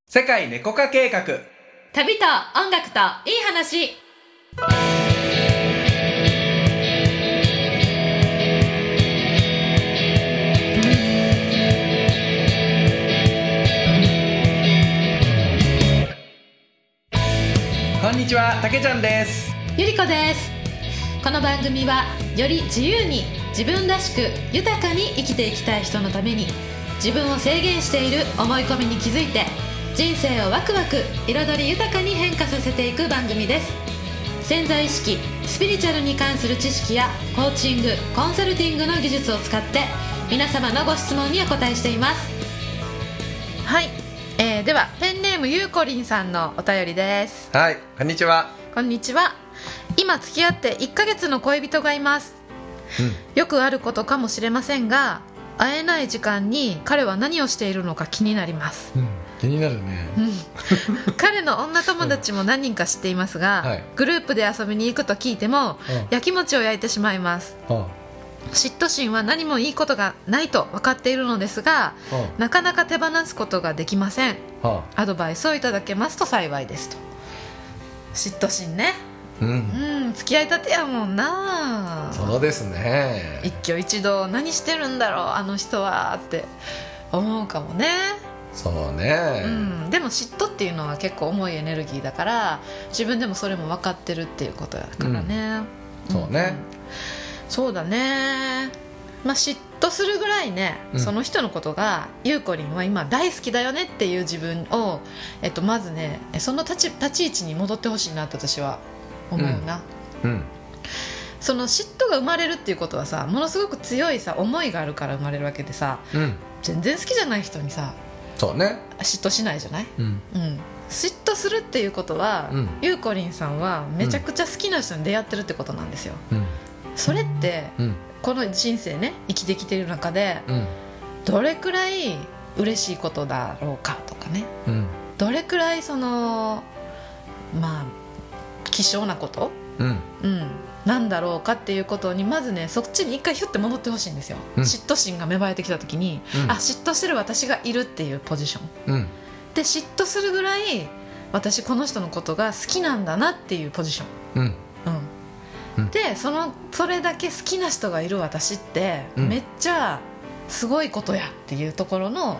世界猫化計画、 旅と音楽といい話。 こんにちは、たけちゃんです。 ゆりこです。この番組はより自由に自分らしく豊かに生きていきたい人のために、自分を制限している思い込みに気づいて人生をワクワク彩り豊かに変化させていく番組です。潜在意識、スピリチュアルに関する知識やコーチング、コンサルティングの技術を使って皆様のご質問にお答えしています。はい、ではペンネームゆうこりんさんのお便りです。 はい、こんにちは。 こんにちは。今付き合って1ヶ月の恋人がいます、よくあることかもしれませんが、会えない時間に彼は何をしているのか気になります、 気になるね。 彼の女友達も何人か知っていますが、 はい、 グループで遊びに行くと聞いても、やきもちを焼いてしまいます、嫉妬心は何もいいことがないと分かっているのですが、なかなか手放すことができません、アドバイスをいただけますと幸いですと。嫉妬心ね、付き合いたてやもんな。 そうですね。 一挙一動何してるんだろうあの人はって思うかもね。 そうね、 でも嫉妬っていうのは結構重いエネルギーだから、自分でもそれも分かってるっていうことだからね、 そうね、 そうだね。嫉妬するぐらいね、その人のことがゆうこりんは今大好きだよねっていう自分を、まずねその立ち位置に戻ってほしいなと私は思うな、その嫉妬が生まれるっていうことはさ、ものすごく強いさ思いがあるから生まれるわけでさ、全然好きじゃない人にさ、 そうね、 嫉妬しないじゃない、嫉妬するっていうことは、ゆうこりんさんはめちゃくちゃ好きな人に出会ってるってことなんですよ、それって、この人生ね生きてきてる中で、どれくらい嬉しいことだろうかとかね、どれくらいその希少なこと、なんだろうかっていうことに、まずねそっちに一回ヒュッて戻ってほしいんですよ、嫉妬心が芽生えてきた時に、嫉妬してる私がいるっていうポジション、で嫉妬するぐらい私この人のことが好きなんだなっていうポジション、でそれだけ好きな人がいる私って、めっちゃすごいことやっていうところの、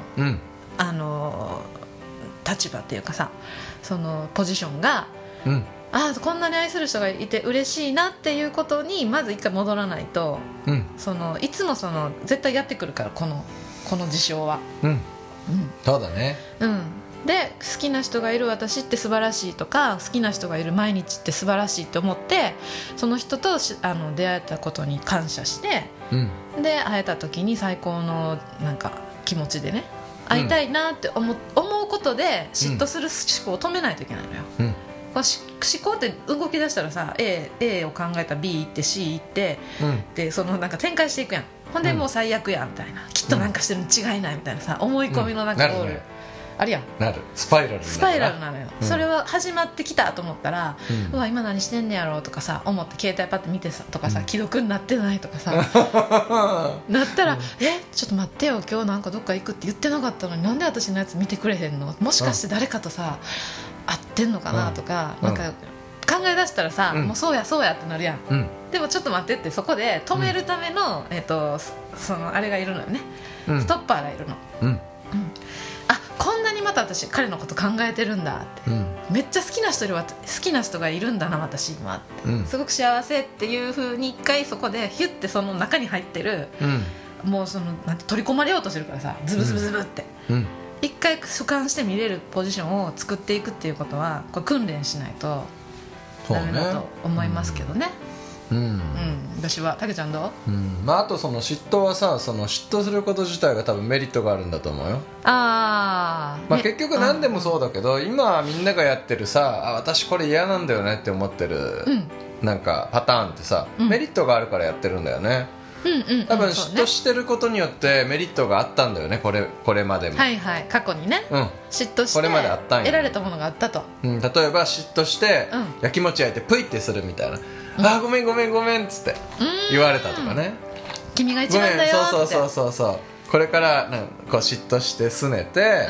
立場っていうかさ、そのポジションが、こんなに愛する人がいて嬉しいなっていうことにまず一回戻らないと、いつも絶対やってくるから、この事象は、 そうだね、 で好きな人がいる私って素晴らしいとか、好きな人がいる毎日って素晴らしいって思って、その人と出会えたことに感謝して、で会えた時に最高のなんか気持ちでね会いたいなって思うことで、嫉妬する思考を止めないといけないのよ、思考って動き出したらさ、 A を考えたら B 行って C 行って、でなんか展開していくやん。ほんでもう最悪やみたいな、きっとなんかしてるに違いないみたいなさ、思い込みのなんかゴール、あるやん。 なるスパイラルなのよ、それは始まってきたと思ったら、うわ今何してんねやろうとかさ思って、携帯パッて見てさとかさ、既読になってないとかさなったら、ちょっと待ってよ、今日なんかどっか行くって言ってなかったのに、なんで私のやつ見てくれへんの、もしかして誰かとさ会ってんのかなとか、なんか考え出したらさ、もうそうやってなるやん、でもちょっと待ってって、そこで止めるための、あれがいるのよね、ストッパーがいるの、こんなにまた私彼のこと考えてるんだって、めっちゃ好きな人がいるんだな私今って、すごく幸せっていう風に一回そこでヒュッてその中に入ってる、もうなんて取り込まれようとしてるからさ、ズブズブズブって、一回俯瞰して見れるポジションを作っていくっていうことは、これ訓練しないとダメだと思いますけどね。私は。たけちゃんどう？ あとその嫉妬はさ、その嫉妬すること自体が多分メリットがあるんだと思うよ。結局何でもそうだけど、今みんながやってるさ、私これ嫌なんだよねって思ってる、なんかパターンってさ、メリットがあるからやってるんだよね。多分嫉妬してることによってメリットがあったんだよね、これまでも。 過去にね、嫉妬してこれまであったんや、 得られたものがあったと、 例えば嫉妬して、やきもち焼いてプイってするみたいな、ごめんっつって言われたとかね、 君が一番だよって、 そうこれからこう嫉妬して拗ねて、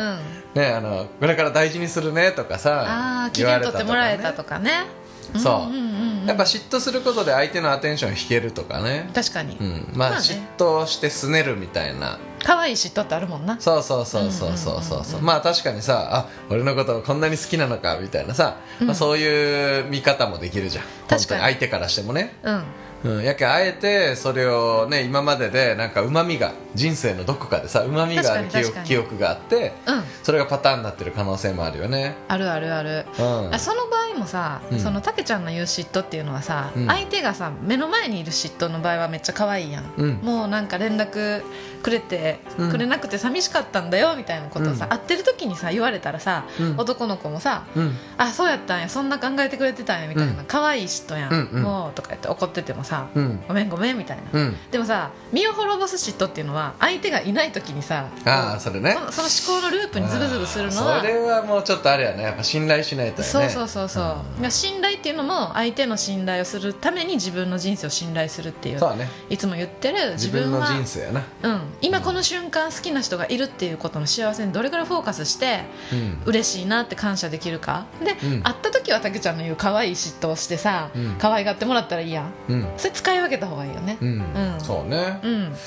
ね、これから大事にするねとかさ、 機嫌取ってもらえたとかね。 そう、やっぱ嫉妬することで相手のアテンション引けるとかね。 確かに、 まあ嫉妬して拗ねるみたいな可愛い嫉妬ってあるもんな。 そうまあ確かにさ、俺のことをこんなに好きなのかみたいなさ、まあ、そういう見方もできるじゃん、本当に相手からしてもね。やけあえてそれをね、今まででなんかうまみが人生のどこかでさ、うまみがある記憶があって、それがパターンになってる可能性もあるよね。 ある、その場合もさ、そのたけちゃんの言う嫉妬っていうのはさ、相手がさ目の前にいる嫉妬の場合はめっちゃ可愛いやん、もうなんか連絡くれなくて寂しかったんだよみたいなことをさ、会ってる時にさ言われたらさ、男の子もさ、あ、そうやったんや、そんな考えてくれてたんやみたいな、可愛い嫉妬やん、もうとか言って怒っててもさ、ごめんごめんみたいな、でもさ、身を滅ぼす嫉妬っていうのは相手がいない時にさ、 それね、 その思考のループにズブズブするのは、 それはもうちょっとあれやね、やっぱ信頼しないとね。 そう信頼っていうのも相手の信頼をするために自分の人生を信頼するっていう、 そうね、 いつも言ってる自分の人生やな、 今この瞬間好きな人がいるっていうことの幸せにどれくらいフォーカスして嬉しいなって感謝できるかで、会った時はたけちゃんの言う可愛い嫉妬をしてさ、可愛がってもらったらいいやん、それ使い分けた方がいいよね。 そうね、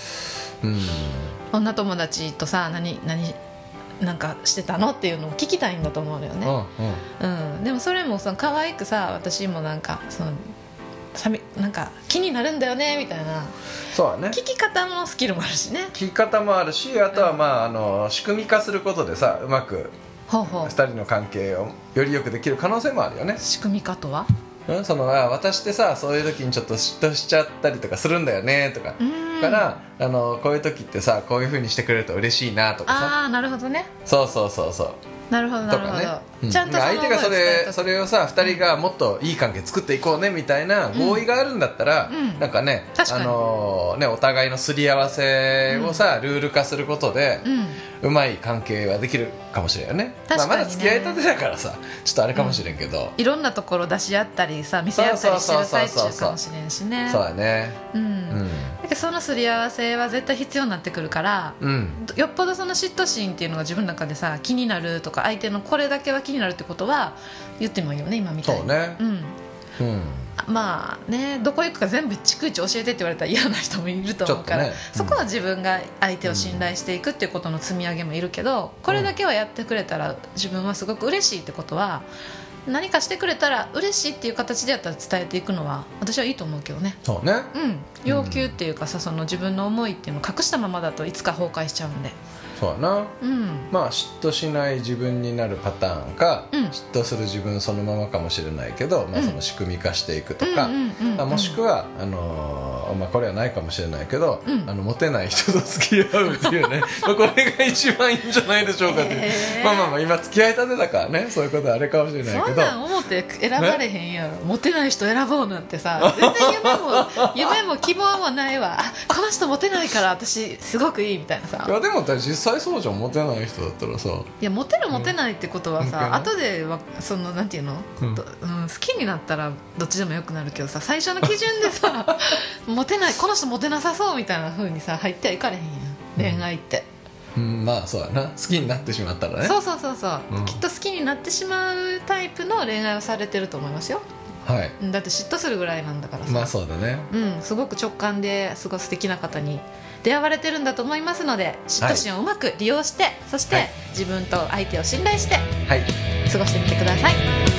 女友達とさ何なんかしてたのっていうのを聞きたいんだと思うのよね。でもそれもその可愛くさ、私もなんかそのなんか気になるんだよねみたいな、 そうね、 聞き方のスキルもあるしね。 聞き方もあるし、あとはまあ、仕組み化することでさ、うまく2人の関係をよりよくできる可能性もあるよね。 仕組み化とは、 私ってさ、そういう時にちょっと嫉妬しちゃったりとかするんだよねとか、からこういう時ってさ、こういう風にしてくれると嬉しいなとかさ。 なるほどね。 そうなるほどなるほど、 ね、ちゃんと相手がそれをさ、2人がもっといい関係作っていこうねみたいな合意があるんだったら、なんかね、お互いのすり合わせをさ、ルール化することで、うまい関係はできるかもしれんよね。まだ付き合いたてだからさ、ちょっとあれかもしれんけど、 いろんなところ出し合ったりさ、見せ合ったりしてる最中かもしれんしね。 そうだね。 そのすり合わせは絶対必要になってくるから、よっぽどその嫉妬心っていうのが自分の中でさ、気になるとか、相手のこれだけは気になるってことは言ってもいいよね、今みたいに。 そうね、 まあね、どこ行くか全部逐一教えてって言われたら嫌な人もいると思うから、そこは自分が相手を信頼していくっていうことの積み上げもいるけど、これだけはやってくれたら自分はすごく嬉しいってことは、何かしてくれたら嬉しいっていう形でやったら伝えていくのは私はいいと思うけどね。 そうね、 要求っていうかさ、その自分の思いっていうのを隠したままだといつか崩壊しちゃうんで。 そうやな、まあ嫉妬しない自分になるパターンか、嫉妬する自分そのままかもしれないけど、その仕組み化していくとか、もしくはこれはないかもしれないけど、モテない人と付き合うっていうねこれが一番いいんじゃないでしょうかっていう、今付き合いたてだからね、そういうことはあれかもしれないけど、 そんなん思って選ばれへんやろ、モテない人選ぼうなんてさ、全然夢も希望もないわ。この人モテないから私すごくいいみたいなさ。 いやでも実際そうじゃん、モテない人だったらさ、 いやモテるモテないってことはさ、後ではそのなんていうの、好きになったらどっちでもよくなるけどさ、最初の基準でさモテない、この人モテなさそうみたいな風にさ入ってはいかれへんやん、恋愛って。 まあそうやな、好きになってしまったらね。 そう、きっと好きになってしまうタイプの恋愛をされてると思いますよ。だって嫉妬するぐらいなんだからさ。 まあそうだね、 すごく直感ですごい素敵な方に出会われてるんだと思いますので、嫉妬心をうまく利用して、そして自分と相手を信頼して過ごしてみてください。